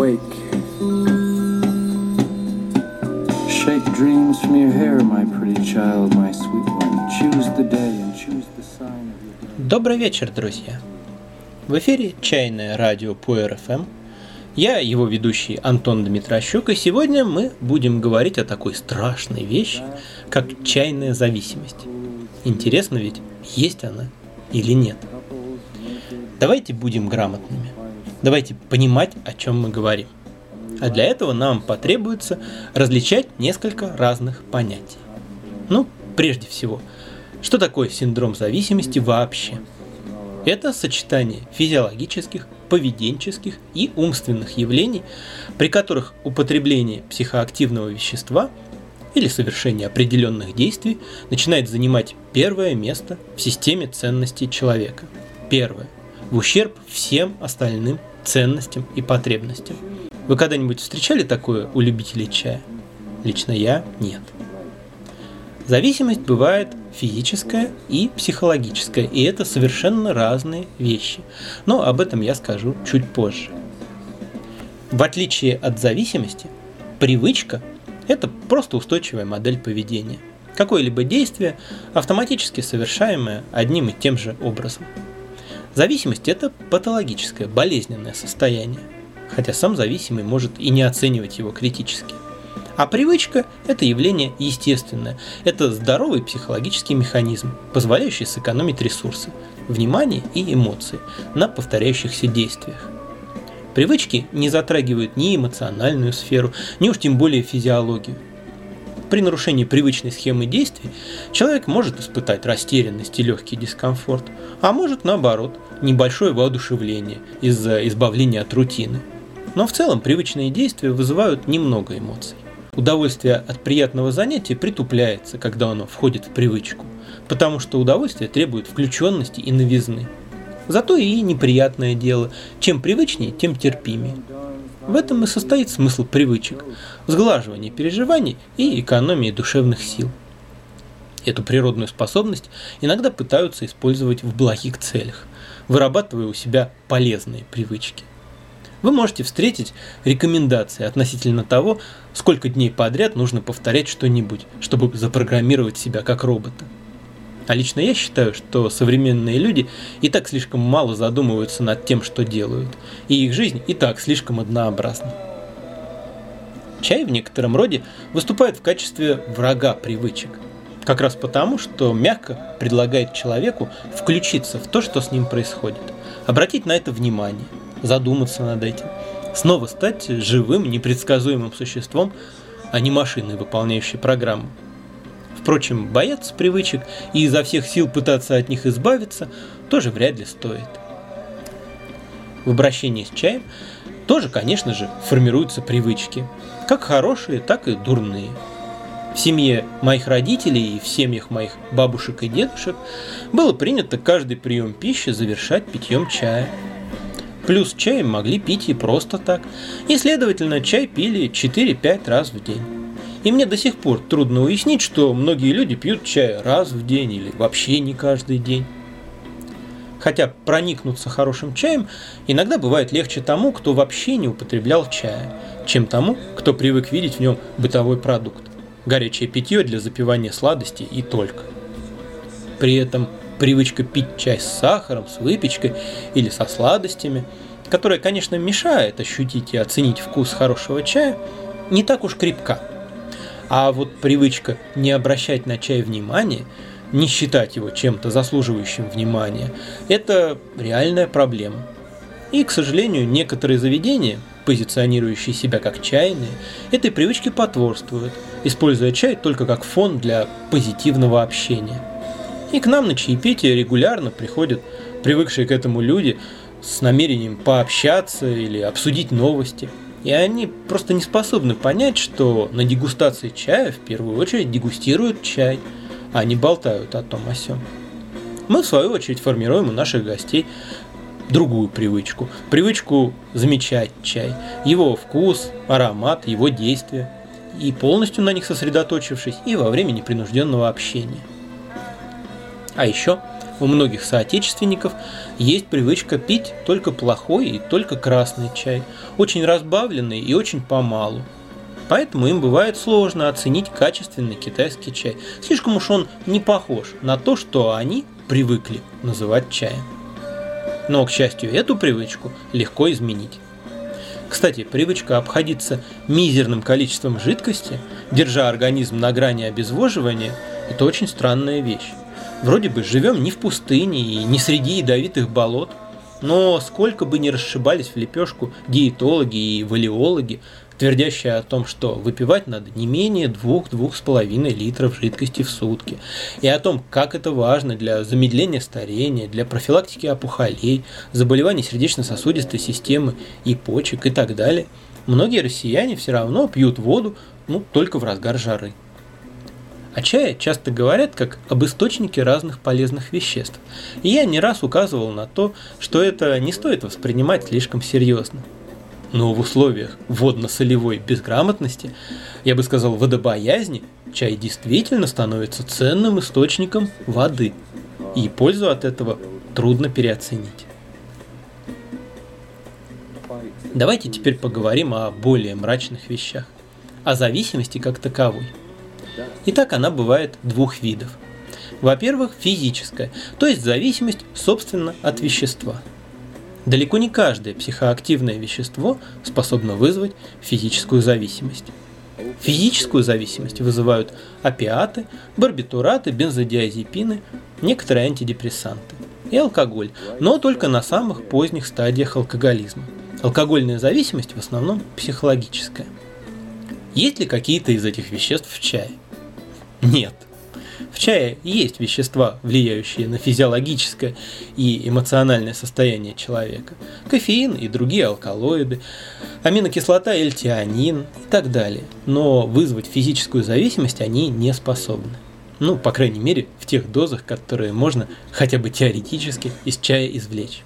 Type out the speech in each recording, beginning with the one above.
awake. Shake dreams from your hair, my pretty child, my sweet one. Choose the day and choose the sign of your day. Добрый вечер, друзья! В эфире чайное радио Puer FM. Я его ведущий Антон Дмитрощук, и сегодня мы будем говорить о такой страшной вещи, как чайная зависимость. Интересно ведь, есть она или нет? Давайте будем грамотными. Давайте понимать, о чем мы говорим. А для этого нам потребуется различать несколько разных понятий. Прежде всего, что такое синдром зависимости вообще? Это сочетание физиологических, поведенческих и умственных явлений, при которых употребление психоактивного вещества или совершение определенных действий начинает занимать первое место в системе ценностей человека. Первое. В ущерб всем остальным ценностям и потребностям. Вы когда-нибудь встречали такое у любителей чая? Лично я – нет. Зависимость бывает физическая и психологическая, и это совершенно разные вещи. Но об этом я скажу чуть позже. В отличие от зависимости, привычка – это просто устойчивая модель поведения. Какое-либо действие, автоматически совершаемое одним и тем же образом. Зависимость – это патологическое, болезненное состояние, хотя сам зависимый может и не оценивать его критически. А привычка – это явление естественное, это здоровый психологический механизм, позволяющий сэкономить ресурсы, внимание и эмоции на повторяющихся действиях. Привычки не затрагивают ни эмоциональную сферу, ни уж тем более физиологию. При нарушении привычной схемы действий человек может испытать растерянность и легкий дискомфорт, а может, наоборот, небольшое воодушевление из-за избавления от рутины. Но в целом привычные действия вызывают немного эмоций. Удовольствие от приятного занятия притупляется, когда оно входит в привычку, потому что удовольствие требует включенности и новизны. Зато и неприятное дело, чем привычнее, тем терпимее. В этом и состоит смысл привычек – в сглаживании переживаний и экономии душевных сил. Эту природную способность иногда пытаются использовать в благих целях, вырабатывая у себя полезные привычки. Вы можете встретить рекомендации относительно того, сколько дней подряд нужно повторять что-нибудь, чтобы запрограммировать себя как робота. А лично я считаю, что современные люди и так слишком мало задумываются над тем, что делают, и их жизнь и так слишком однообразна. Чай в некотором роде выступает в качестве врага привычек, как раз потому, что мягко предлагает человеку включиться в то, что с ним происходит, обратить на это внимание, задуматься над этим, снова стать живым, непредсказуемым существом, а не машиной, выполняющей программу. Впрочем, бояться привычек и изо всех сил пытаться от них избавиться тоже вряд ли стоит. В обращении с чаем тоже, конечно же, формируются привычки, как хорошие, так и дурные. В семье моих родителей и в семьях моих бабушек и дедушек было принято каждый прием пищи завершать питьем чая. Плюс чай могли пить и просто так, и, следовательно, чай пили 4-5 раз в день. И мне до сих пор трудно уяснить, что многие люди пьют чай раз в день или вообще не каждый день. Хотя проникнуться хорошим чаем иногда бывает легче тому, кто вообще не употреблял чая, чем тому, кто привык видеть в нем бытовой продукт, горячее питье для запивания сладостей и только. При этом привычка пить чай с сахаром, с выпечкой или со сладостями, которая, конечно, мешает ощутить и оценить вкус хорошего чая, не так уж крепка. А вот привычка не обращать на чай внимания, не считать его чем-то заслуживающим внимания – это реальная проблема. И, к сожалению, некоторые заведения, позиционирующие себя как чайные, этой привычке потворствуют, используя чай только как фон для позитивного общения. И к нам на чаепитие регулярно приходят привыкшие к этому люди с намерением пообщаться или обсудить новости. И они просто не способны понять, что на дегустации чая в первую очередь дегустируют чай, а не болтают о том о сём. Мы, в свою очередь, формируем у наших гостей другую привычку. Привычку замечать чай, его вкус, аромат, его действия. И полностью на них сосредоточившись и во время непринужденного общения. А еще у многих соотечественников есть привычка пить только плохой и только красный чай, очень разбавленный и очень помалу. Поэтому им бывает сложно оценить качественный китайский чай. Слишком уж он не похож на то, что они привыкли называть чаем. Но, к счастью, эту привычку легко изменить. Кстати, привычка обходиться мизерным количеством жидкости, держа организм на грани обезвоживания, это очень странная вещь. Вроде бы живем не в пустыне и не среди ядовитых болот, но сколько бы ни расшибались в лепешку диетологи и валиологи, твердящие о том, что выпивать надо не менее 2-2,5 литров жидкости в сутки, и о том, как это важно для замедления старения, для профилактики опухолей, заболеваний сердечно-сосудистой системы и почек и так далее, многие россияне все равно пьют воду, только в разгар жары. О чае часто говорят как об источнике разных полезных веществ, и я не раз указывал на то, что это не стоит воспринимать слишком серьезно. Но в условиях водно-солевой безграмотности, я бы сказал водобоязни, чай действительно становится ценным источником воды, и пользу от этого трудно переоценить. Давайте теперь поговорим о более мрачных вещах, о зависимости как таковой. Итак, она бывает двух видов. Во-первых, физическая, то есть зависимость, собственно, от вещества. Далеко не каждое психоактивное вещество способно вызвать физическую зависимость. Физическую зависимость вызывают опиаты, барбитураты, бензодиазепины, некоторые антидепрессанты и алкоголь, но только на самых поздних стадиях алкоголизма. Алкогольная зависимость в основном психологическая. Есть ли какие-то из этих веществ в чае? Нет. В чае есть вещества, влияющие на физиологическое и эмоциональное состояние человека. Кофеин и другие алкалоиды, аминокислота L-тианин и так далее. Но вызвать физическую зависимость они не способны. По крайней мере, в тех дозах, которые можно хотя бы теоретически из чая извлечь.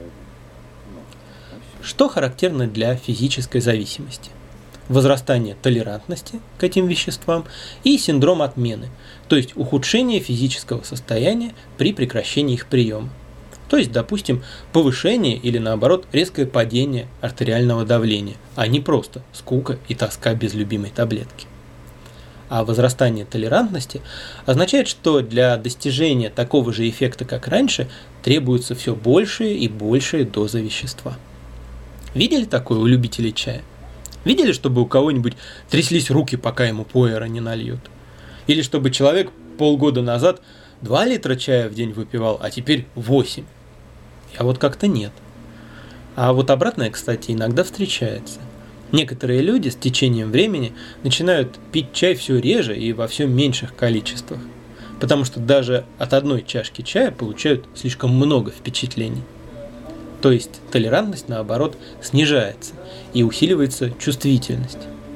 Что характерно для физической зависимости? Возрастание толерантности к этим веществам и синдром отмены, то есть ухудшение физического состояния при прекращении их приема. То есть, допустим, повышение или наоборот резкое падение артериального давления, а не просто скука и тоска без любимой таблетки. А возрастание толерантности означает, что для достижения такого же эффекта, как раньше, требуются все большие и большие дозы вещества. Видели такое у любителей чая? Видели, чтобы у кого-нибудь тряслись руки, пока ему пуэра не нальют? Или чтобы человек полгода назад 2 литра чая в день выпивал, а теперь 8? Я вот как-то нет. А вот обратное, кстати, иногда встречается. Некоторые люди с течением времени начинают пить чай все реже и во все меньших количествах, потому что даже от одной чашки чая получают слишком много впечатлений. То есть толерантность, наоборот, снижается и усиливается чувствительность.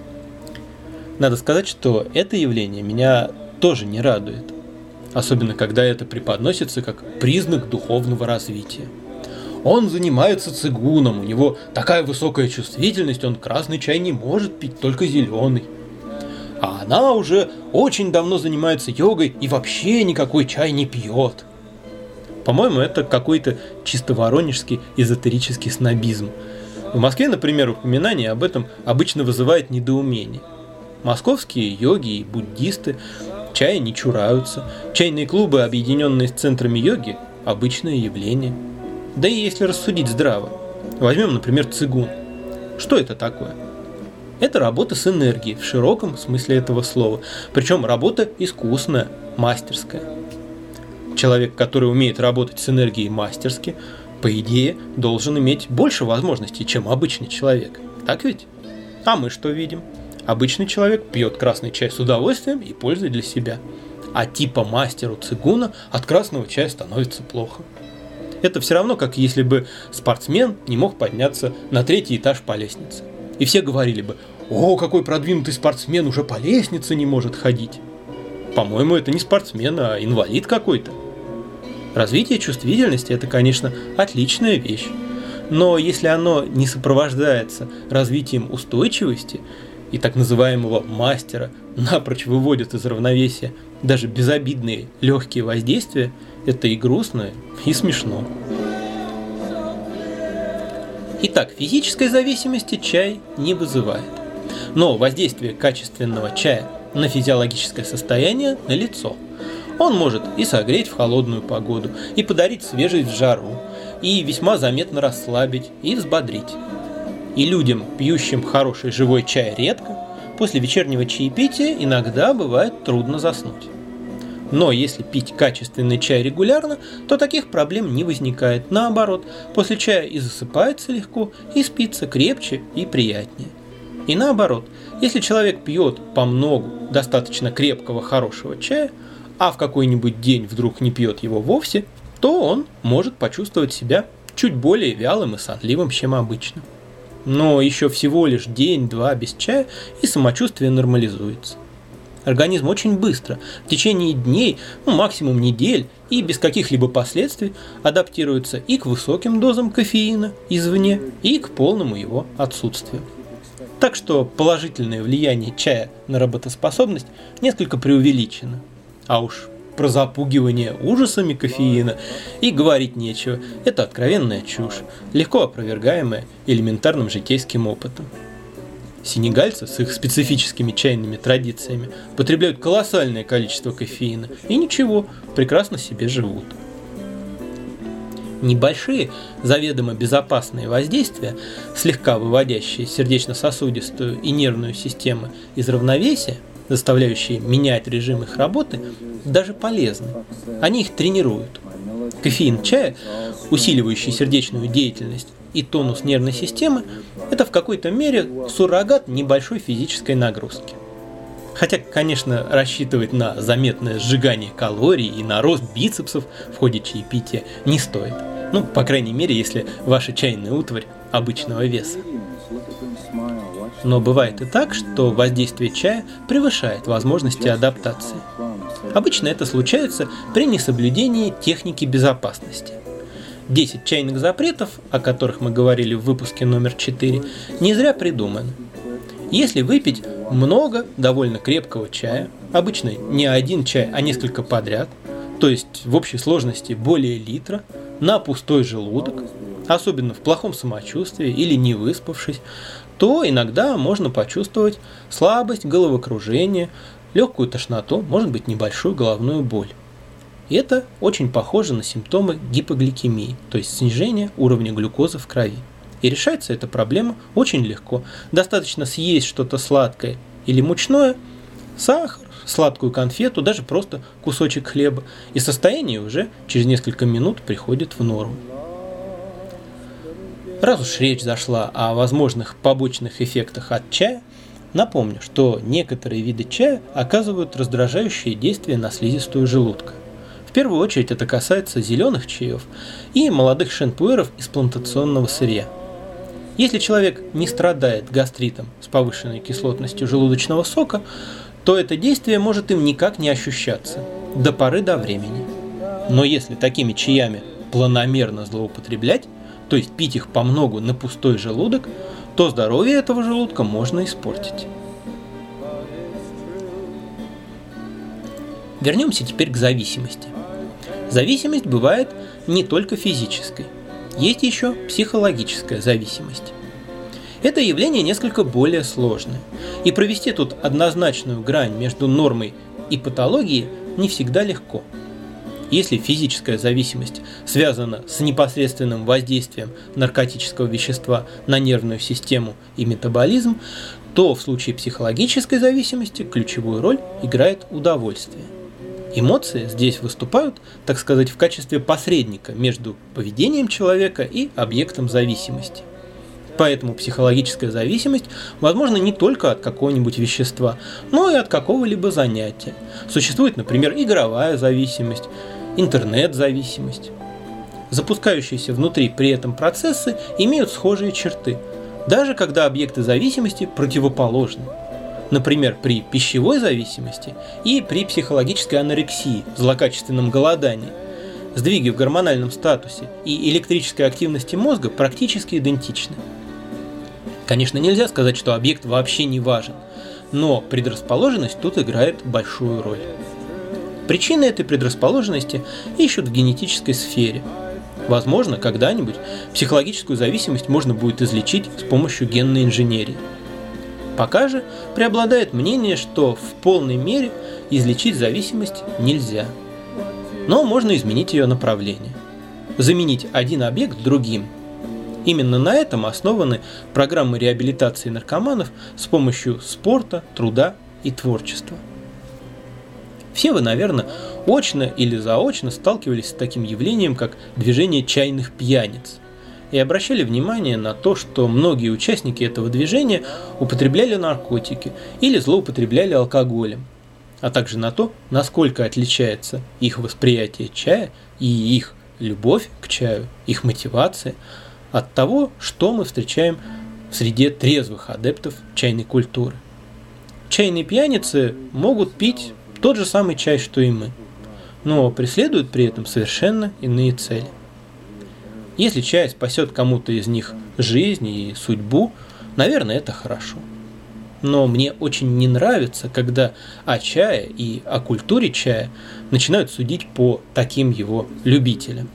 Надо сказать, что это явление меня тоже не радует, особенно когда это преподносится как признак духовного развития. Он занимается цигуном, у него такая высокая чувствительность, он красный чай не может пить, только зеленый. А она уже очень давно занимается йогой и вообще никакой чай не пьет. По-моему, это какой-то чисто воронежский эзотерический снобизм. В Москве, например, упоминание об этом обычно вызывает недоумение. Московские йоги и буддисты чая не чураются. Чайные клубы, объединенные с центрами йоги, обычное явление. Да и если рассудить здраво. Возьмем, например, цигун. Что это такое? Это работа с энергией в широком смысле этого слова. Причем работа искусная, мастерская. Человек, который умеет работать с энергией мастерски, по идее, должен иметь больше возможностей, чем обычный человек. Так ведь? А мы что видим? Обычный человек пьет красный чай с удовольствием и пользой для себя. А типа мастеру цигуна от красного чая становится плохо. Это все равно, как если бы спортсмен не мог подняться на 3-й этаж по лестнице. И все говорили бы: «О, какой продвинутый спортсмен, уже по лестнице не может ходить». По-моему, это не спортсмен, а инвалид какой-то. Развитие чувствительности – это, конечно, отличная вещь, но если оно не сопровождается развитием устойчивости и так называемого мастера напрочь выводит из равновесия даже безобидные легкие воздействия – это и грустно, и смешно. Итак, физической зависимости чай не вызывает. Но воздействие качественного чая на физиологическое состояние налицо. Он может и согреть в холодную погоду, и подарить свежесть в жару, и весьма заметно расслабить, и взбодрить. И людям, пьющим хороший живой чай редко, после вечернего чаепития иногда бывает трудно заснуть. Но если пить качественный чай регулярно, то таких проблем не возникает. Наоборот, после чая и засыпается легко, и спится крепче и приятнее. И наоборот, если человек пьет помногу достаточно крепкого хорошего чая, а в какой-нибудь день вдруг не пьет его вовсе, то он может почувствовать себя чуть более вялым и сонливым, чем обычно. Но еще всего лишь день-два без чая, и самочувствие нормализуется. Организм очень быстро, в течение дней, максимум недель, и без каких-либо последствий адаптируется и к высоким дозам кофеина извне, и к полному его отсутствию. Так что положительное влияние чая на работоспособность несколько преувеличено. А уж про запугивание ужасами кофеина и говорить нечего. Это откровенная чушь, легко опровергаемая элементарным житейским опытом. Сенегальцы с их специфическими чайными традициями потребляют колоссальное количество кофеина и ничего, прекрасно себе живут. Небольшие, заведомо безопасные воздействия, слегка выводящие сердечно-сосудистую и нервную системы из равновесия, заставляющие менять режим их работы, даже полезны. Они их тренируют. Кофеин чая, усиливающий сердечную деятельность и тонус нервной системы, это в какой-то мере суррогат небольшой физической нагрузки. Хотя, конечно, рассчитывать на заметное сжигание калорий и на рост бицепсов в ходе чаепития не стоит. По крайней мере, если ваша чайная утварь обычного веса. Но бывает и так, что воздействие чая превышает возможности адаптации. Обычно это случается при несоблюдении техники безопасности. 10 чайных запретов, о которых мы говорили в выпуске номер 4, не зря придуманы. Если выпить много довольно крепкого чая, обычно не один чай, а несколько подряд, то есть в общей сложности более литра, на пустой желудок, особенно в плохом самочувствии или не выспавшись, то иногда можно почувствовать слабость, головокружение, легкую тошноту, может быть небольшую головную боль. И это очень похоже на симптомы гипогликемии, то есть снижение уровня глюкозы в крови. И решается эта проблема очень легко. Достаточно съесть что-то сладкое или мучное, сахар, сладкую конфету, даже просто кусочек хлеба, и состояние уже через несколько минут приходит в норму. Раз уж речь зашла о возможных побочных эффектах от чая, напомню, что некоторые виды чая оказывают раздражающие действия на слизистую желудка. В первую очередь это касается зеленых чаев и молодых шенпуэров из плантационного сырья. Если человек не страдает гастритом с повышенной кислотностью желудочного сока, то это действие может им никак не ощущаться до поры до времени. Но если такими чаями планомерно злоупотреблять, то есть пить их помногу на пустой желудок, то здоровье этого желудка можно испортить. Вернемся теперь к зависимости. Зависимость бывает не только физической, есть еще психологическая зависимость. Это явление несколько более сложное, и провести тут однозначную грань между нормой и патологией не всегда легко. Если физическая зависимость связана с непосредственным воздействием наркотического вещества на нервную систему и метаболизм, то в случае психологической зависимости ключевую роль играет удовольствие. Эмоции здесь выступают, так сказать, в качестве посредника между поведением человека и объектом зависимости. Поэтому психологическая зависимость возможна не только от какого-нибудь вещества, но и от какого-либо занятия. Существует, например, игровая зависимость, интернет-зависимость. Запускающиеся внутри при этом процессы имеют схожие черты, даже когда объекты зависимости противоположны. Например, при пищевой зависимости и при психологической анорексии, злокачественном голодании. Сдвиги в гормональном статусе и электрической активности мозга практически идентичны. Конечно, нельзя сказать, что объект вообще не важен, но предрасположенность тут играет большую роль. Причины этой предрасположенности ищут в генетической сфере. Возможно, когда-нибудь психологическую зависимость можно будет излечить с помощью генной инженерии. Пока же преобладает мнение, что в полной мере излечить зависимость нельзя. Но можно изменить ее направление. Заменить один объект другим. Именно на этом основаны программы реабилитации наркоманов с помощью спорта, труда и творчества. Все вы, наверное, очно или заочно сталкивались с таким явлением, как движение чайных пьяниц, и обращали внимание на то, что многие участники этого движения употребляли наркотики или злоупотребляли алкоголем, а также на то, насколько отличается их восприятие чая и их любовь к чаю, их мотивация от того, что мы встречаем в среде трезвых адептов чайной культуры. Чайные пьяницы могут пить тот же самый чай, что и мы, но преследуют при этом совершенно иные цели. Если чай спасет кому-то из них жизнь и судьбу, наверное, это хорошо. Но мне очень не нравится, когда о чае и о культуре чая начинают судить по таким его любителям.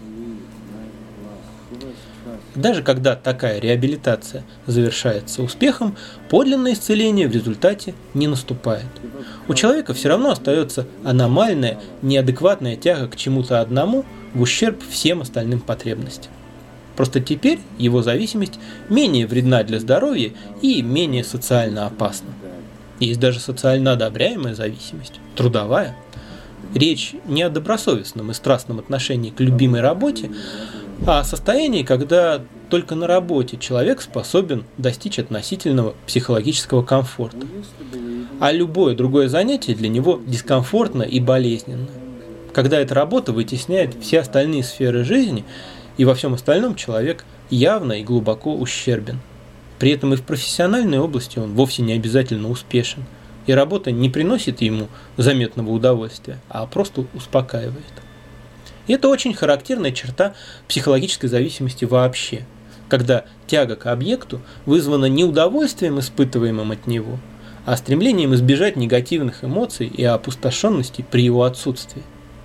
Даже когда такая реабилитация завершается успехом, подлинное исцеление в результате не наступает. У человека все равно остается аномальная, неадекватная тяга к чему-то одному в ущерб всем остальным потребностям. Просто теперь его зависимость менее вредна для здоровья и менее социально опасна. Есть даже социально одобряемая зависимость, трудовая. Речь не о добросовестном и страстном отношении к любимой работе, а о состоянии, когда только на работе человек способен достичь относительного психологического комфорта. А любое другое занятие для него дискомфортно и болезненно. Когда эта работа вытесняет все остальные сферы жизни, и во всем остальном человек явно и глубоко ущербен. При этом и в профессиональной области он вовсе не обязательно успешен, и работа не приносит ему заметного удовольствия, а просто успокаивает. И это очень характерная черта психологической зависимости вообще, когда тяга к объекту вызвана не удовольствием, испытываемым от него, а стремлением избежать негативных эмоций и опустошенности при его отсутствии.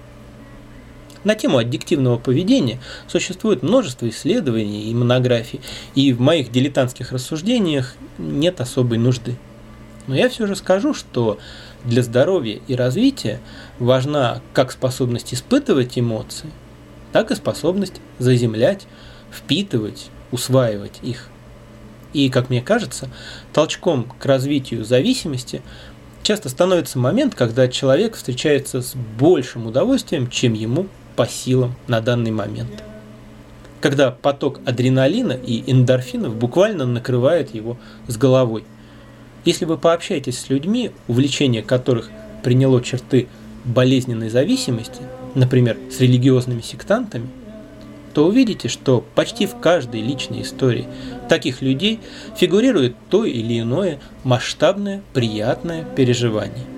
На тему аддиктивного поведения существует множество исследований и монографий, и в моих дилетантских рассуждениях нет особой нужды. Но я все же скажу, что для здоровья и развития важна как способность испытывать эмоции, так и способность заземлять, впитывать, усваивать их. И, как мне кажется, толчком к развитию зависимости часто становится момент, когда человек встречается с большим удовольствием, чем ему по силам на данный момент. Когда поток адреналина и эндорфинов буквально накрывает его с головой. Если вы пообщаетесь с людьми, увлечение которых приняло черты болезненной зависимости, например, с религиозными сектантами, то увидите, что почти в каждой личной истории таких людей фигурирует то или иное масштабное, приятное переживание.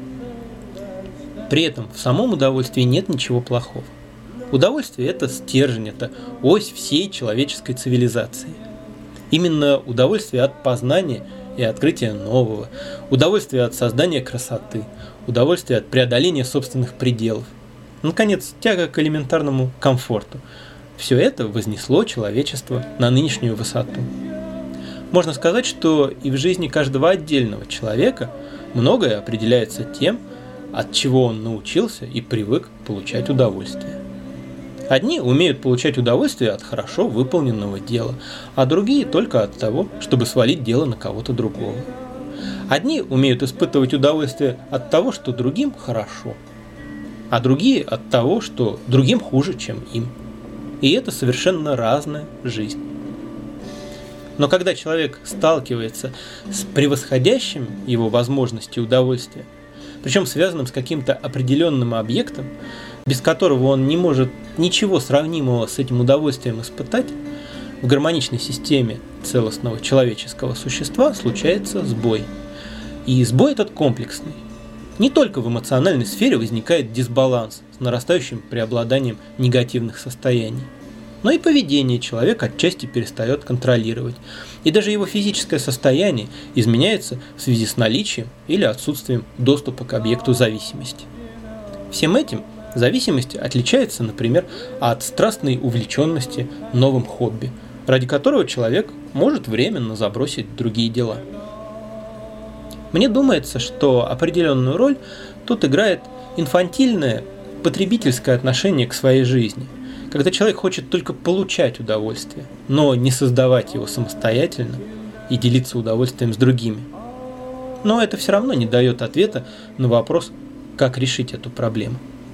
При этом в самом удовольствии нет ничего плохого. Удовольствие – это стержень, это ось всей человеческой цивилизации. Именно удовольствие от познания и открытия нового, удовольствие от создания красоты, удовольствие от преодоления собственных пределов. Наконец, тяга к элементарному комфорту. Все это вознесло человечество на нынешнюю высоту. Можно сказать, что и в жизни каждого отдельного человека многое определяется тем, от чего он научился и привык получать удовольствие. Одни умеют получать удовольствие от хорошо выполненного дела, а другие только от того, чтобы свалить дело на кого-то другого. Одни умеют испытывать удовольствие от того, что другим хорошо, а другие от того, что другим хуже, чем им. И это совершенно разная жизнь. Но когда человек сталкивается с превосходящим его возможности удовольствия, причем связанным с каким-то определенным объектом, без которого он не может ничего сравнимого с этим удовольствием испытать, в гармоничной системе целостного человеческого существа случается сбой. И сбой этот комплексный. Не только в эмоциональной сфере возникает дисбаланс с нарастающим преобладанием негативных состояний, но и поведение человека отчасти перестает контролировать, и даже его физическое состояние изменяется в связи с наличием или отсутствием доступа к объекту зависимости. Всем этим Зависимость отличается, например, от страстной увлеченности новым хобби, ради которого человек может временно забросить другие дела. Мне думается, что определенную роль тут играет инфантильное потребительское отношение к своей жизни, когда человек хочет только получать удовольствие, но не создавать его самостоятельно и делиться удовольствием с другими. Но это все равно не дает ответа на вопрос, как решить эту проблему.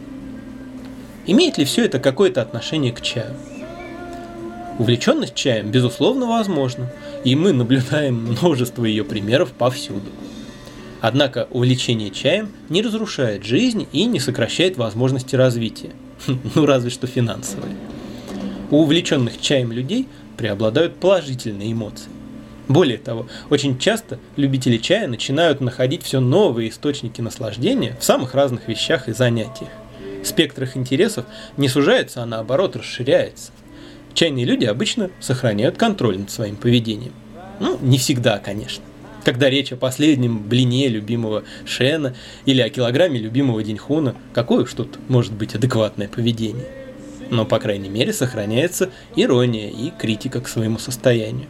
Имеет ли все это какое-то отношение к чаю? Увлеченность чаем, безусловно, возможна, и мы наблюдаем множество ее примеров повсюду. Однако увлечение чаем не разрушает жизнь и не сокращает возможности развития, ну разве что финансовые. У увлеченных чаем людей преобладают положительные эмоции. Более того, очень часто любители чая начинают находить все новые источники наслаждения в самых разных вещах и занятиях. Спектр их интересов не сужается, а наоборот расширяется. Чайные люди обычно сохраняют контроль над своим поведением. Ну, не всегда, конечно. Когда речь о последнем блине любимого Шена или о килограмме любимого Деньхуна, какое уж тут может быть адекватное поведение? Но, по крайней мере, сохраняется ирония и критика к своему состоянию.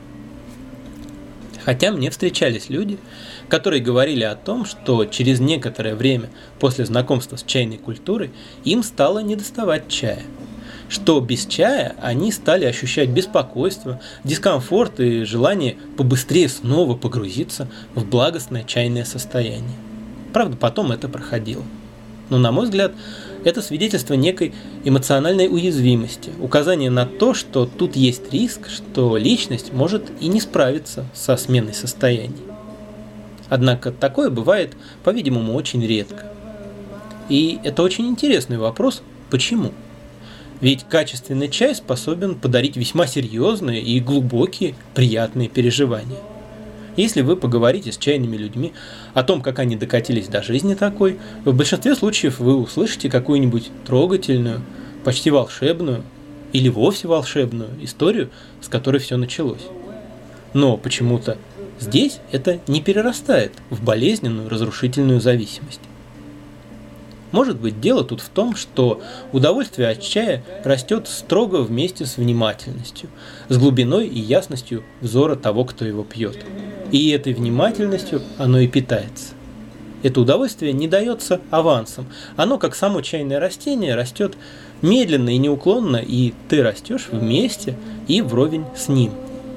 Хотя мне встречались люди, которые говорили о том, что через некоторое время после знакомства с чайной культурой им стало недоставать чая. Что без чая они стали ощущать беспокойство, дискомфорт и желание побыстрее снова погрузиться в благостное чайное состояние. Правда, потом это проходило. Но, на мой взгляд, это свидетельство некой эмоциональной уязвимости, указание на то, что тут есть риск, что личность может и не справиться со сменой состояний. Однако такое бывает, по-видимому, очень редко. И это очень интересный вопрос, почему? Ведь качественный чай способен подарить весьма серьезные и глубокие приятные переживания. Если вы поговорите с чайными людьми о том, как они докатились до жизни такой, в большинстве случаев вы услышите какую-нибудь трогательную, почти волшебную или вовсе волшебную историю, с которой все началось. Но почему-то здесь это не перерастает в болезненную, разрушительную зависимость. Может быть, дело тут в том, что удовольствие от чая растет строго вместе с внимательностью, с глубиной и ясностью взора того, кто его пьет. И этой внимательностью оно и питается. Это удовольствие не дается авансом. Оно, как само чайное растение, растет медленно и неуклонно, и ты растешь вместе и вровень с ним.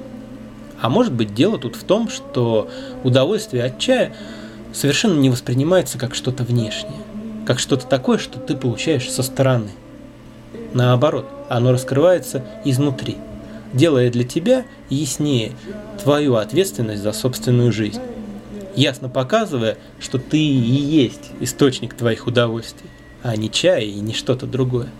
А может быть, дело тут в том, что удовольствие от чая совершенно не воспринимается как что-то внешнее, как что-то такое, что ты получаешь со стороны. Наоборот, оно раскрывается изнутри, делая для тебя яснее твою ответственность за собственную жизнь, ясно показывая, что ты и есть источник твоих удовольствий, а не чай и не что-то другое.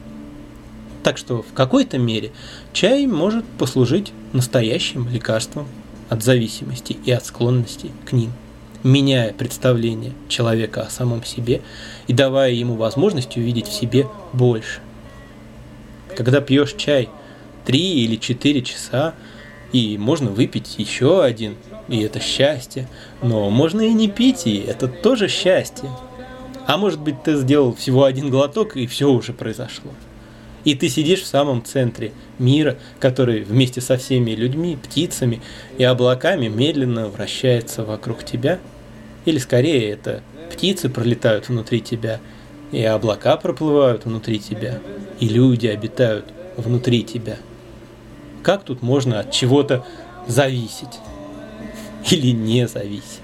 Так что в какой-то мере чай может послужить настоящим лекарством от зависимости и от склонности к ним, меняя представление человека о самом себе и давая ему возможность увидеть в себе больше. Когда пьешь чай 3 или 4 часа, и можно выпить еще один, и это счастье, но можно и не пить, и это тоже счастье. А может быть, ты сделал всего один глоток, и все уже произошло. И ты сидишь в самом центре мира, который вместе со всеми людьми, птицами и облаками медленно вращается вокруг тебя. Или скорее это птицы пролетают внутри тебя, и облака проплывают внутри тебя, и люди обитают внутри тебя. Как тут можно от чего-то зависеть? Или не зависеть?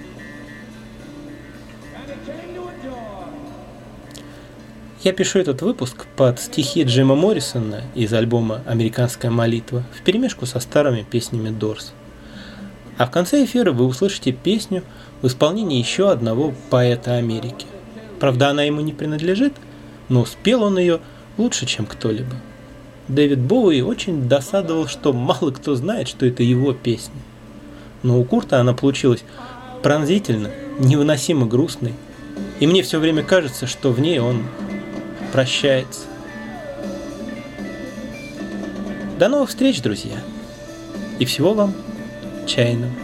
Я пишу этот выпуск под стихи Джима Моррисона из альбома «Американская молитва» вперемешку со старыми песнями Doors. А в конце эфира вы услышите песню в исполнении еще одного поэта Америки. Правда, она ему не принадлежит, но спел он ее лучше, чем кто-либо. Дэвид Боуи очень досадовал, что мало кто знает, что это его песня. Но у Курта она получилась пронзительно, невыносимо грустной, и мне все время кажется, что в ней он прощается. До новых встреч, друзья, и всего вам чайного.